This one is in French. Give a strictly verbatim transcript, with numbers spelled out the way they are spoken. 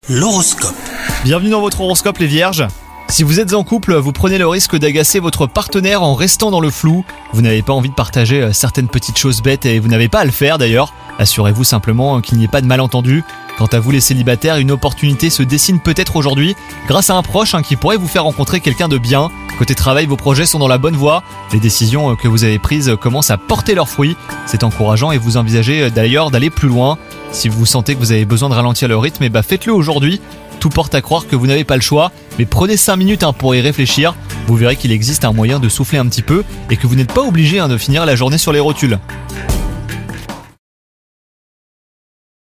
L'horoscope. Bienvenue dans votre horoscope les vierges. Si vous êtes en couple, vous prenez le risque d'agacer votre partenaire en restant dans le flou. Vous n'avez pas envie de partager certaines petites choses bêtes et vous n'avez pas à le faire d'ailleurs. Assurez-vous simplement qu'il n'y ait pas de malentendu. Quant à vous les célibataires, une opportunité se dessine peut-être aujourd'hui grâce à un proche hein, qui pourrait vous faire rencontrer quelqu'un de bien. Côté travail, vos projets sont dans la bonne voie. Les décisions que vous avez prises commencent à porter leurs fruits. C'est encourageant et vous envisagez d'ailleurs d'aller plus loin. Si vous sentez que vous avez besoin de ralentir le rythme, eh ben faites-le aujourd'hui. Tout porte à croire que vous n'avez pas le choix, mais prenez cinq minutes hein, pour y réfléchir. Vous verrez qu'il existe un moyen de souffler un petit peu et que vous n'êtes pas obligé hein, de finir la journée sur les rotules.